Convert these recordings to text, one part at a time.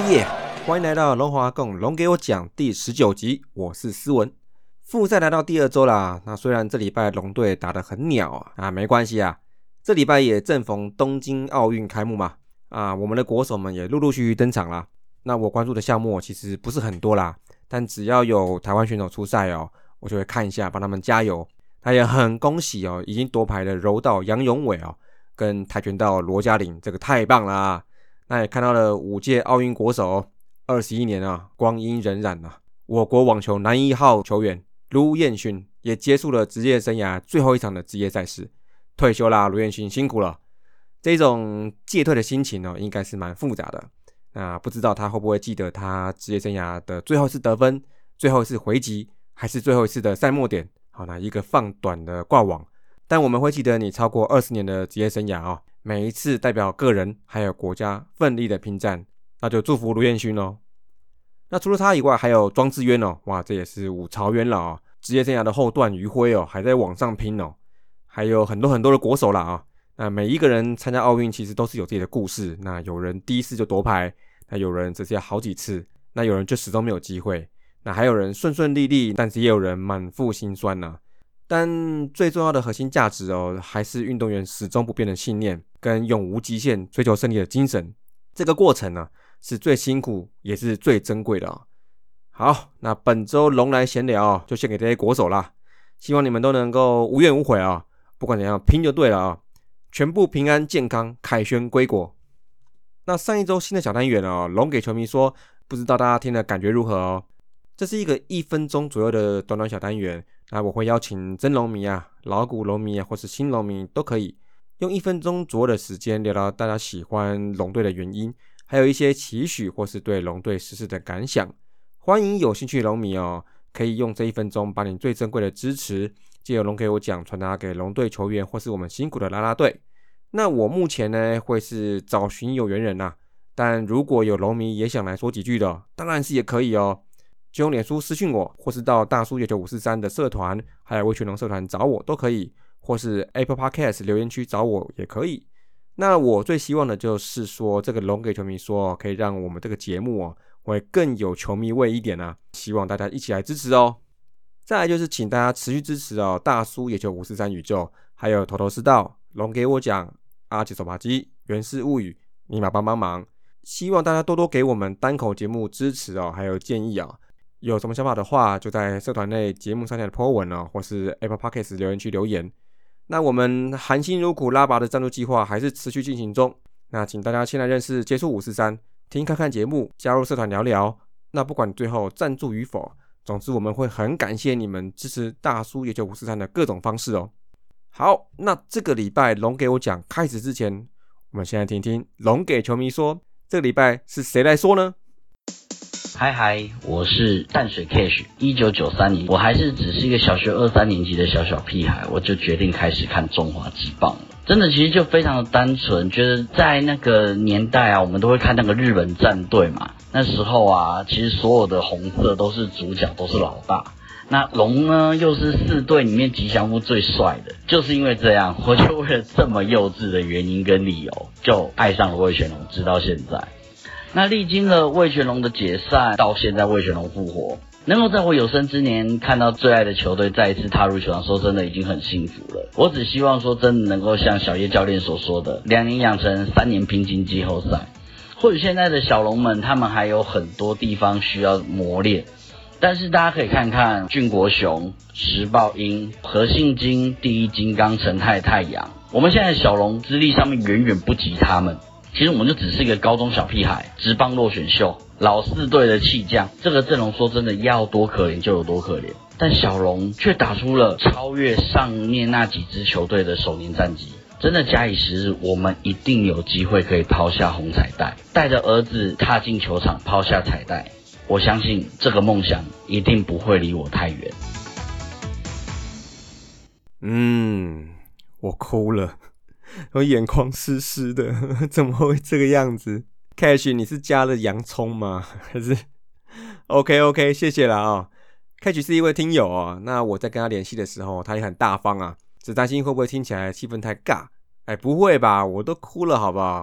耶！欢迎来到龙华共龙给我讲第19集，我是思文。复赛来到第2周啦，那虽然这礼拜龙队打得很鸟啊，没关系啊，这礼拜也正逢东京奥运开幕嘛，我们的国手们也陆陆续续登场啦。那我关注的项目其实不是很多啦，但只要有台湾选手出赛我就会看一下，帮他们加油。那也很恭喜已经夺牌的柔道杨永伟跟跆拳道罗嘉玲，这个太棒啦。那也看到了5届奥运国手21年光阴荏苒我国网球男1号球员卢彦勋也结束了职业生涯最后一场的职业赛事，退休啦，卢彦勋辛苦了。这种戒退的心情应该是蛮复杂的。那不知道他会不会记得他职业生涯的最后一次得分、最后一次回击，还是最后一次的赛末点，那一个放短的挂网。但我们会记得你超过20年的职业生涯每一次代表个人还有国家奋力的拼战，那就祝福卢彦勋那除了他以外，还有庄智渊哇，这也是武朝元老职业生涯的后段余晖还在往上拼还有很多很多的国手啦那每一个人参加奥运其实都是有自己的故事，那有人第一次就夺牌，那有人这是要好几次，那有人就始终没有机会，那还有人顺顺利利，但是也有人满腹心酸但最重要的核心价值还是运动员始终不变的信念跟永无极限追求胜利的精神。这个过程是最辛苦也是最珍贵的好，那本周龙来闲聊就献给这些国手啦，希望你们都能够无怨无悔不管怎样拼就对了全部平安健康，凯旋归国。那上一周新的小单元龙给球迷说，不知道大家听的感觉如何这是一个1分钟左右的短短小单元，那我会邀请真龙迷老古龙迷或是新龙迷都可以用1分钟左右的时间聊聊大家喜欢龙队的原因，还有一些期许或是对龙队实事的感想。欢迎有兴趣的龙迷可以用这1分钟把你最珍贵的支持藉由龙给我讲传达给龙队球员或是我们辛苦的啦啦队。那我目前呢会是找寻有缘人但如果有龙迷也想来说几句的，当然是也可以就用脸书私讯我，或是到大叔野球543的社团还有味全龙社团找我都可以，或是 Apple Podcast 留言区找我也可以。那我最希望的就是说这个龙给球迷说可以让我们这个节目会更有球迷味一点希望大家一起来支持再来就是请大家持续支持大叔野球543宇宙，还有头头是道、龙给我讲、阿杰手把机、源氏物语、尼玛帮帮忙，希望大家多多给我们单口节目支持还有建议有什么想法的话就在社团内节目上下的 po 文或是 Apple Podcast 留言区留言。那我们含辛茹苦拉拔的赞助计划还是持续进行中，那请大家先来认识接触543，听看看节目，加入社团聊聊。那不管最后赞助与否，总之我们会很感谢你们支持大叔野球543的各种方式好，那这个礼拜龙给我讲开始之前，我们先来听听龙给球迷说，这个礼拜是谁来说呢？ 嗨，我是淡水 Cash。1993年，我还是只是一个小学2、3年级的小屁孩，我就决定开始看中华职棒了。真的，其实就非常的单纯，觉得在那个年代我们都会看那个日本战队嘛。那时候其实所有的红色都是主角，都是老大。那龙呢，又是4队里面吉祥物最帅的，就是因为这样，我就为了这么幼稚的原因跟理由，就爱上了味全龙，直到现在。那历经了味全龙的解散，到现在味全龙复活，能够在我有生之年看到最爱的球队再一次踏入球场，说真的已经很幸福了。我只希望说真的能够像小叶教练所说的，2年养成，3年拼进季后赛。或许现在的小龙们他们还有很多地方需要磨练，但是大家可以看看俊国雄、石豹鹰、何信金、第一金刚、陈太阳，我们现在的小龙资历上面远远不及他们。其实我们就只是一个高中小屁孩，职棒落选秀，老4队的弃将，这个阵容说真的要多可怜就有多可怜，但小龙却打出了超越上面那几支球队的首年战绩。真的假以时日，我们一定有机会可以抛下红彩带，带着儿子踏进球场抛下彩带。我相信这个梦想一定不会离我太远。 我哭了，我眼眶湿湿的，怎么会这个样子 ？Cash， 你是加了洋葱吗？还是 OK， 谢谢啦Cash 是一位听友那我在跟他联系的时候，他也很大方只担心会不会听起来气氛太尬。不会吧，我都哭了好不好？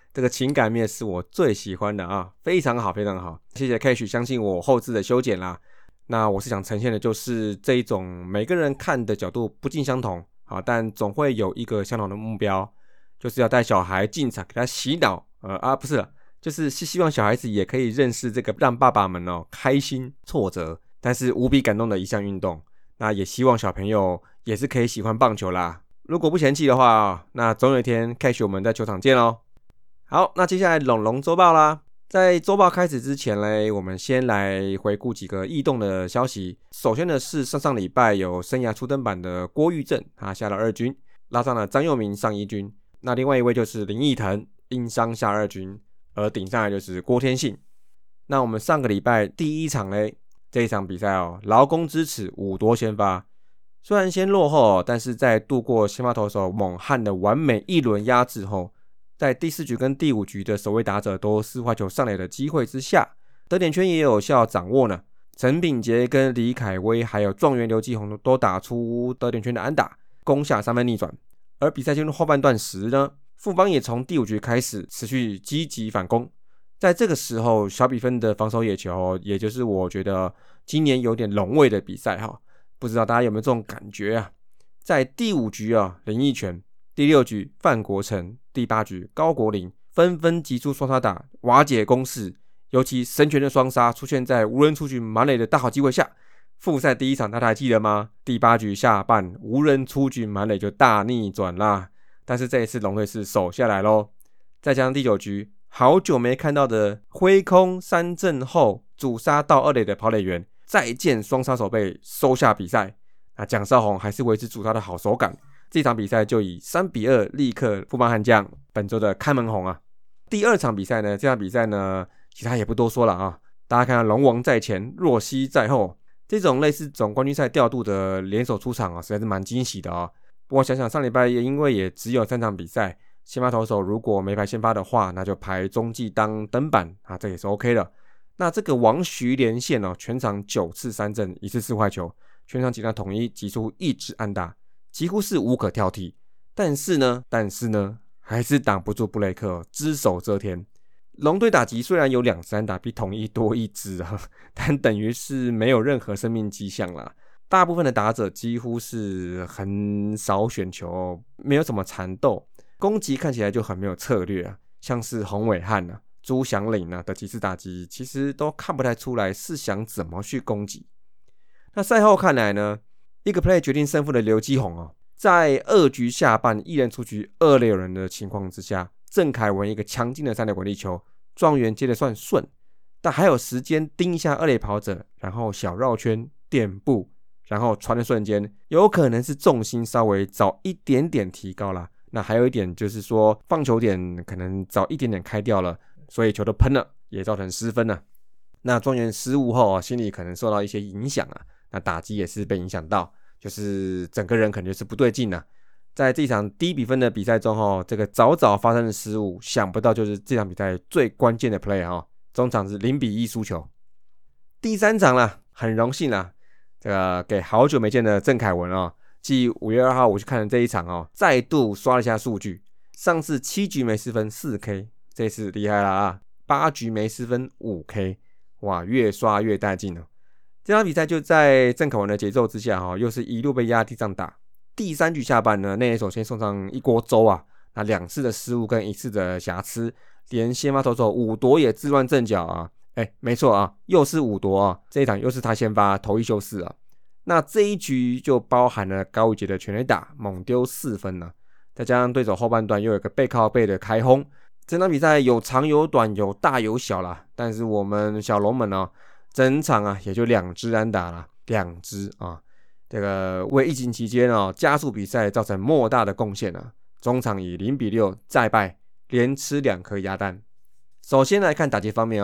这个情感面是我最喜欢的啊，非常好非常好，谢谢 Cash 相信我后置的修剪啦。那我是想呈现的就是这一种每个人看的角度不尽相同啊，但总会有一个相同的目标，就是要带小孩进场给他洗脑不是了，就是希望小孩子也可以认识这个让爸爸们开心挫折但是无比感动的一项运动。那也希望小朋友也是可以喜欢棒球啦，如果不嫌弃的话，那总有一天 Cash 我们在球场见咯。好，那接下来龙龙周报啦。在周报开始之前呢，我们先来回顾几个异动的消息。首先的是上礼拜有生涯初登板的郭玉正，他下了2军，拉上了张佑铭上1军。那另外一位就是林奕腾，因伤下2军，而顶上来就是郭天信。那我们上个礼拜第1场呢，这一场比赛劳工支持5夺先发，虽然先落后但是在度过先发投手猛汉的完美1轮压制后，在第4局跟第5局的守卫打者都4坏球上垒的机会之下，得点圈也有效掌握呢。陈炳杰跟李凯威还有状元刘继宏都打出得点圈的安打，攻下3分逆转。而比赛进入后半段时呢，富邦也从第5局开始持续积极反攻，在这个时候小比分的防守野球，也就是我觉得今年有点拢味的比赛不知道大家有没有这种感觉啊？在第5局林奕泉，第6局范国成，第8局高国林纷纷击出双杀打瓦解攻势，尤其神拳的双杀出现在无人出局满垒的大好机会下。复赛第1场大家还记得吗？第8局下半无人出局满垒就大逆转啦，但是这一次龙队是守下来咯。再加上第9局好久没看到的挥空3振后主杀到2垒的跑垒员再见双杀手背收下比赛。那蒋少红还是维持主杀的好手感，这场比赛就以3-2力克富邦悍将，本周的看门红啊。第2场比赛呢，这场比赛呢其他也不多说了大家看到龙王在前若曦在后，这种类似总冠军赛调度的联手出场实在是蛮惊喜的不过想想上礼拜因为也只有3场比赛，先发投手如果没排先发的话，那就排中继当登板这也是 OK 的。那这个王徐连线全场9次3振1次4坏球，全场尽量统一击出1支安打，几乎是无可挑剔。但是呢还是挡不住布雷克只手遮天。龙队打击虽然有2支安打比统一多1支但等于是没有任何生命迹象啦。大部分的打者几乎是很少选球，没有什么缠斗，攻击看起来就很没有策略像是洪伟汉朱祥岭的几次打击其实都看不太出来是想怎么去攻击。那赛后看来呢，一个 play 决定胜负的刘基宏在2局下半1人出局2垒有人的情况之下，郑凯文一个强劲的3垒滚地球，状元接得算顺，但还有时间盯一下2垒跑者，然后小绕圈垫步，然后传的瞬间有可能是重心稍微早一点点提高啦。那还有一点就是说放球点可能早一点点开掉了，所以球都喷了，也造成失分了。那状元失误后心里可能受到一些影响那打击也是被影响到，就是整个人可能就是不对劲在这场低比分的比赛中这个早发生的失误，想不到就是这场比赛最关键的 play中场是0-1输球。第3场啦，很荣幸啦，这个给好久没见的郑凯文继5月2号我去看了这一场再度刷了一下数据，上次7局没失分 4K， 这次厉害啦8局没失分 5K， 哇，越刷越带劲这场比赛就在郑凯文的节奏之下又是一路被压地上打。第3局下半呢，内野手先送上一锅粥那2次的失误跟1次的瑕疵，连先发投手5夺也自乱阵脚没错又是5夺这一场又是他先发投1休4那这一局就包含了高宇杰的全垒打猛丢4分再加上对手后半段又有一个背靠背的开轰，整场比赛有长有短有大有小啦，但是我们小龙们整场也就2支安打啦，2支这个为疫情期间加速比赛造成莫大的贡献中场以0-6再败，连吃2颗鸭蛋。首先来看打击方面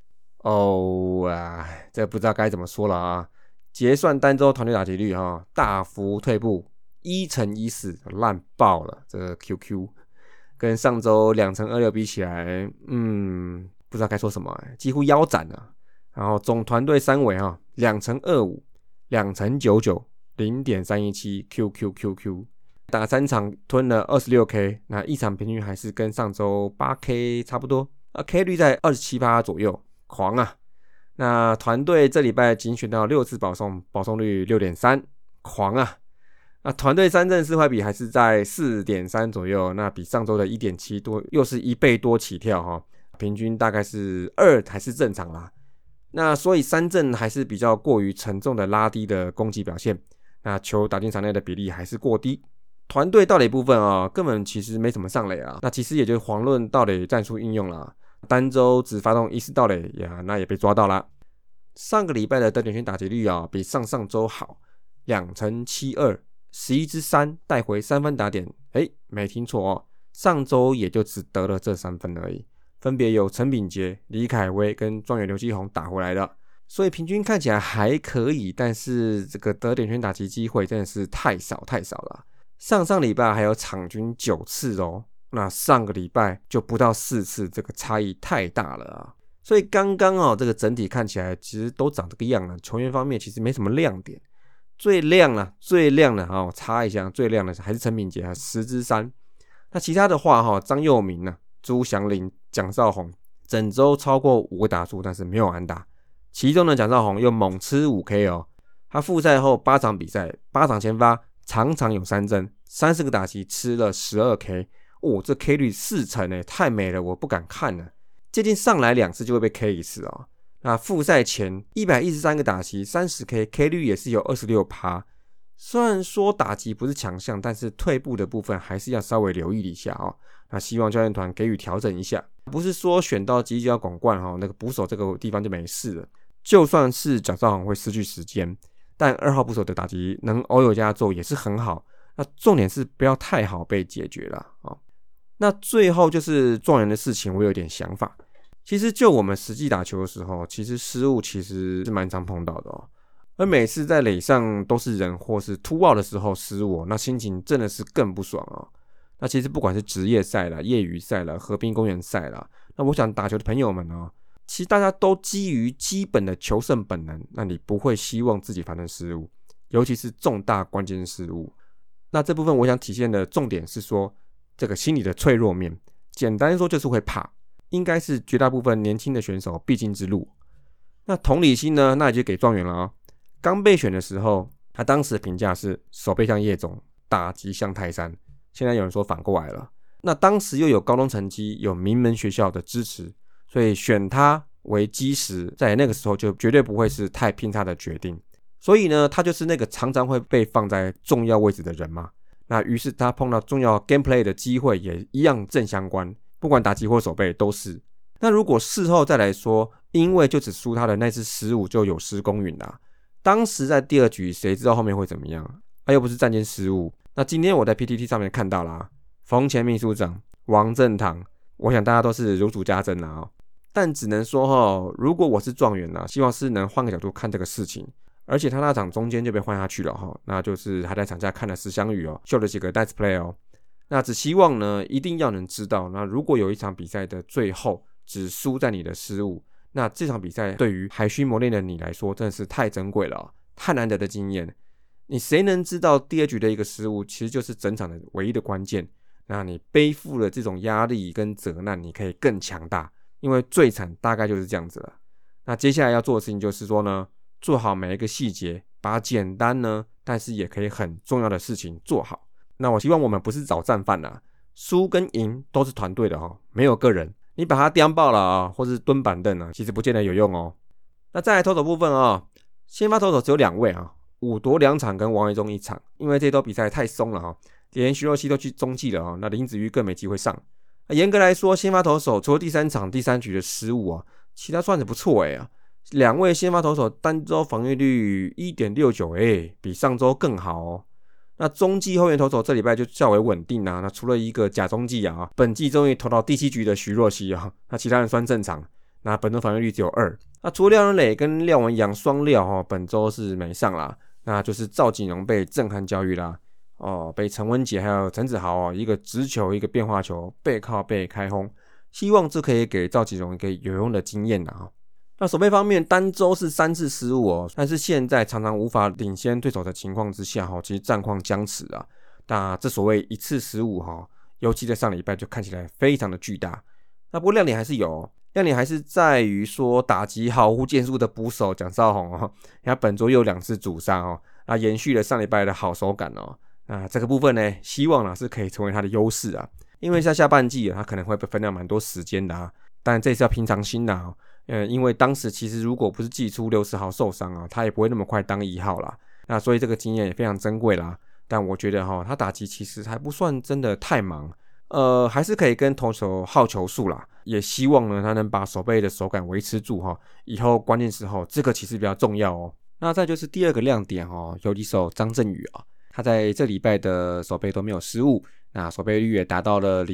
这不知道该怎么说了结算单周团队打击率大幅退步1/14，烂爆了，这个 QQ 跟上周2/26比起来不知道该说什么几乎腰斩了。然后总团队3围2/25 2/99 0.317 QQQQ， 打3场吞了 26K， 那一场平均还是跟上周 8K 差不多，K 率在 27% 左右，狂啊！那团队这礼拜仅选到6次保送，保送率 6.3， 狂啊！那团队3振4坏比还是在 4.3 左右，那比上周的 1.7 多，又是1倍多起跳平均大概是2还是正常啦。那所以3振还是比较过于沉重的拉低的攻击表现，那球打进场内的比例还是过低。团队盗垒部分根本其实没怎么上垒啊，那其实也就是遑论盗垒战术应用啦，单周只发动1次盗垒呀，那也被抓到啦。上个礼拜的得点圈打击率比上上周好，2.72%。11之3带回3分打点，没听错上周也就只得了这3分而已，分别由陈炳杰、李凯威跟状元刘基宏打回来的，所以平均看起来还可以，但是这个得点圈打击机会真的是太少了。上礼拜还有场均9次那上个礼拜就不到4次，这个差异太大了所以刚刚这个整体看起来其实都长这个样了，球员方面其实没什么亮点。最亮的插一下，最亮的还是陈炳杰10之3。那其他的话张佑铭朱祥林、蒋少宏整周超过5个打数，但是没有安打。其中的蒋少宏又猛吃 5K 他复赛后8场比赛8场先发，场场有3振，30个打席吃了 12K， 这 K 率40%太美了，我不敢看了。接近上来2次就会被 K 一次那复赛前113个打席 30K， K 率也是有 26%。虽然说打击不是强项，但是退步的部分还是要稍微留意一下那希望教练团给予调整一下，不是说选到犄角拱冠那个捕手这个地方就没事了。就算是蒋少宏会失去时间，但2号捕手的打击能偶有佳作也是很好。那重点是不要太好被解决了那最后就是状元的事情，我有点想法。其实就我们实际打球的时候，其实失误其实是蛮常碰到的而每次在垒上都是人或是突 out 的时候失误那心情真的是更不爽那其实不管是职业赛啦、业余赛啦、河滨公园赛啦，那我想打球的朋友们其实大家都基于基本的求胜本能，那你不会希望自己发生失误，尤其是重大关键失误。那这部分我想体现的重点是说这个心理的脆弱面，简单说就是会怕，应该是绝大部分年轻的选手必经之路。那同理心呢，那也就给状元了刚被选的时候，他当时的评价是手背像叶总，打击像泰山。现在有人说反过来了。那当时又有高中成绩，有名门学校的支持，所以选他为基石，在那个时候就绝对不会是太偏差的决定。所以呢，他就是那个常常会被放在重要位置的人嘛。那于是他碰到重要 gameplay 的机会也一样正相关，不管打击或守备都是。那如果事后再来说，因为就只输他的那次失误就有失公允啦。当时在第2局谁知道后面会怎么样又不是战间失误。那今天我在 PTT 上面看到啦，冯前秘书长王正堂，我想大家都是如数家珍啦但只能说如果我是状元希望是能换个角度看这个事情。而且他那场中间就被换下去了那就是还在场下看了石香宇秀了几个 nice play 那只希望呢一定要能知道，那如果有一场比赛的最后只输在你的失误，那这场比赛对于还需磨练的你来说真的是太珍贵了太难得的经验。你谁能知道第2局的一个失误其实就是整场的唯一的关键，那你背负了这种压力跟责难，你可以更强大，因为最惨大概就是这样子了。那接下来要做的事情就是说呢，做好每一个细节，把简单呢但是也可以很重要的事情做好。那我希望我们不是找战犯输跟赢都是团队的没有个人。你把他颠爆了或是蹲板凳其实不见得有用那再来投手部分先发投手只有2位5夺2场跟王维忠1场，因为这周比赛太松了连徐若曦都去中继了那林子瑜更没机会上。严格来说，先发投手除了第3场第3局的失误其他算是不错2位先发投手单周防御率 1.69 比上周更好那中继后援投手这礼拜就较为稳定那除了一个假中继本季终于投到第7局的徐若曦那其他人算正常，那本周防御率只有2。那除了廖仁磊跟廖文洋双廖本周是没上啦，那就是赵锦荣被震撼教育啦被陈文杰还有陈子豪一个直球一个变化球背靠背开轰，希望这可以给赵锦荣一个有用的经验那守备方面单周是3次失误但是现在常常无法领先对手的情况之下其实战况僵持那这所谓一次失误尤其在上礼拜就看起来非常的巨大。那不过亮点还是有，亮点还是在于说打击毫无建树的捕手蒋少宏他本周又2次主杀那延续了上礼拜的好手感那这个部分呢，希望是可以成为他的优势因为下半季他可能会被分掉蛮多时间的但这次要平常心因为当时其实如果不是季初60号受伤他也不会那么快当1号啦。那所以这个经验也非常珍贵啦。但我觉得他打击其实还不算真的太忙，还是可以跟投手耗球数啦。也希望呢他能把手背的手感维持住以后关键时候这个其实比较重要那再就是第二个亮点游击手张振宇他在这礼拜的手背都没有失误，那守备率也达到了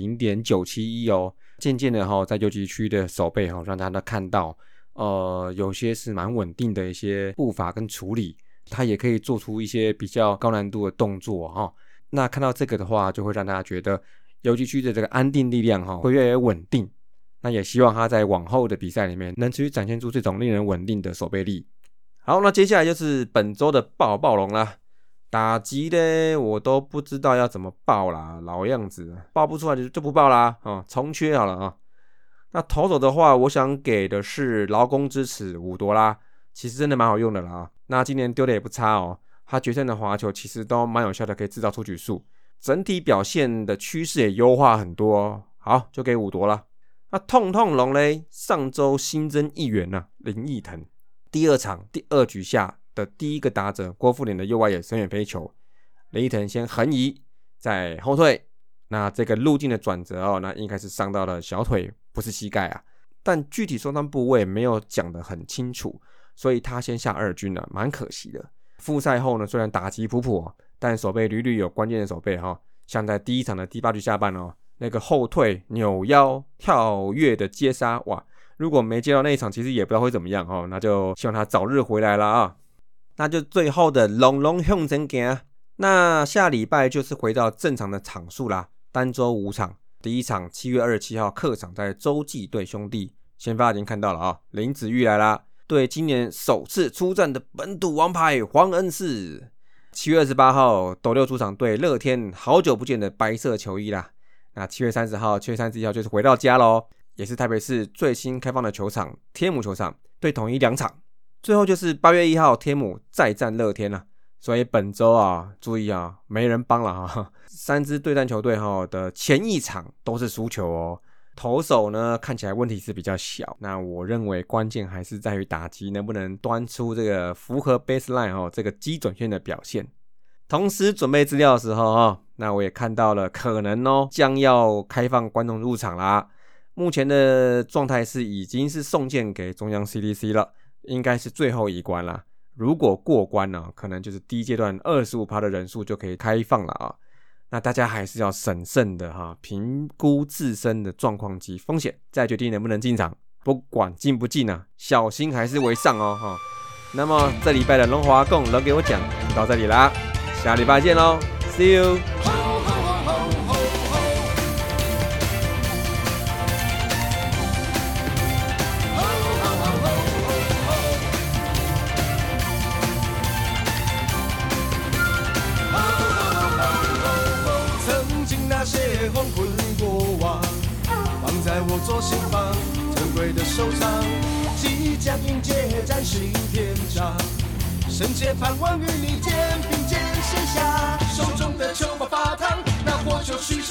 0.971渐渐的在游击区的守备让大家看到有些是蛮稳定的一些步伐跟处理，他也可以做出一些比较高难度的动作那看到这个的话，就会让大家觉得游击区的这个安定力量会越来越稳定。那也希望他在往后的比赛里面能持续展现出这种令人稳定的守备力。好，那接下来就是本周的暴龙啦。打击呢，我都不知道要怎么报啦，老样子，报不出来就不报啦重缺好了那投手的话，我想给的是劳工支持伍多拉，其实真的蛮好用的啦那今年丢的也不差他决胜的滑球其实都蛮有效的，可以制造出局数，整体表现的趋势也优化很多好，就给伍多拉。那痛龙呢，上周新增1员林奕腾，第2场第2局下的第一个打者郭富联的右外野深远飞球，林奕腾先横移再后退，那这个路径的转折那应该是伤到了小腿，不是膝盖但具体受伤部位没有讲得很清楚，所以他先下2军蛮可惜的。复赛后呢，虽然打击普普但手背屡屡有关键的手背像在第1场的第8局下半那个后退扭腰跳跃的接杀哇，如果没接到那一场其实也不知道会怎么样那就希望他早日回来啦那就最后的龙向前行。那下礼拜就是回到正常的场数啦，单周5场。第1场7月27号客场在洲际对兄弟，先发已经看到了林子玉来啦，对今年首次出战的本土王牌黄恩赐。7月28号斗六主场对乐天，好久不见的白色球衣啦。那7月30号7月31号就是回到家咯，也是台北市最新开放的球场天母球场对统一2场。最后就是8月1号天母再战乐天所以本周注意没人帮了3支对战球队的前1场都是输球投手呢看起来问题是比较小，那我认为关键还是在于打击能不能端出这个符合 baseline 这个基准线的表现。同时准备资料的时候那我也看到了可能将要开放观众入场啦。目前的状态是已经是送件给中央 CDC 了，应该是最后一关啦。如果过关可能就是第一阶段 25% 的人数就可以开放了那大家还是要审慎的评估自身的状况及风险，再决定能不能进场。不管进不进小心还是为上那么这礼拜的龙华共人给我讲就到这里啦，下礼拜见咯 See you。 黄昏过往，放在我左心房，珍贵的收藏，即将迎接崭新篇章。深切盼望与你肩并肩写下，手中的球把发烫，那火球蓄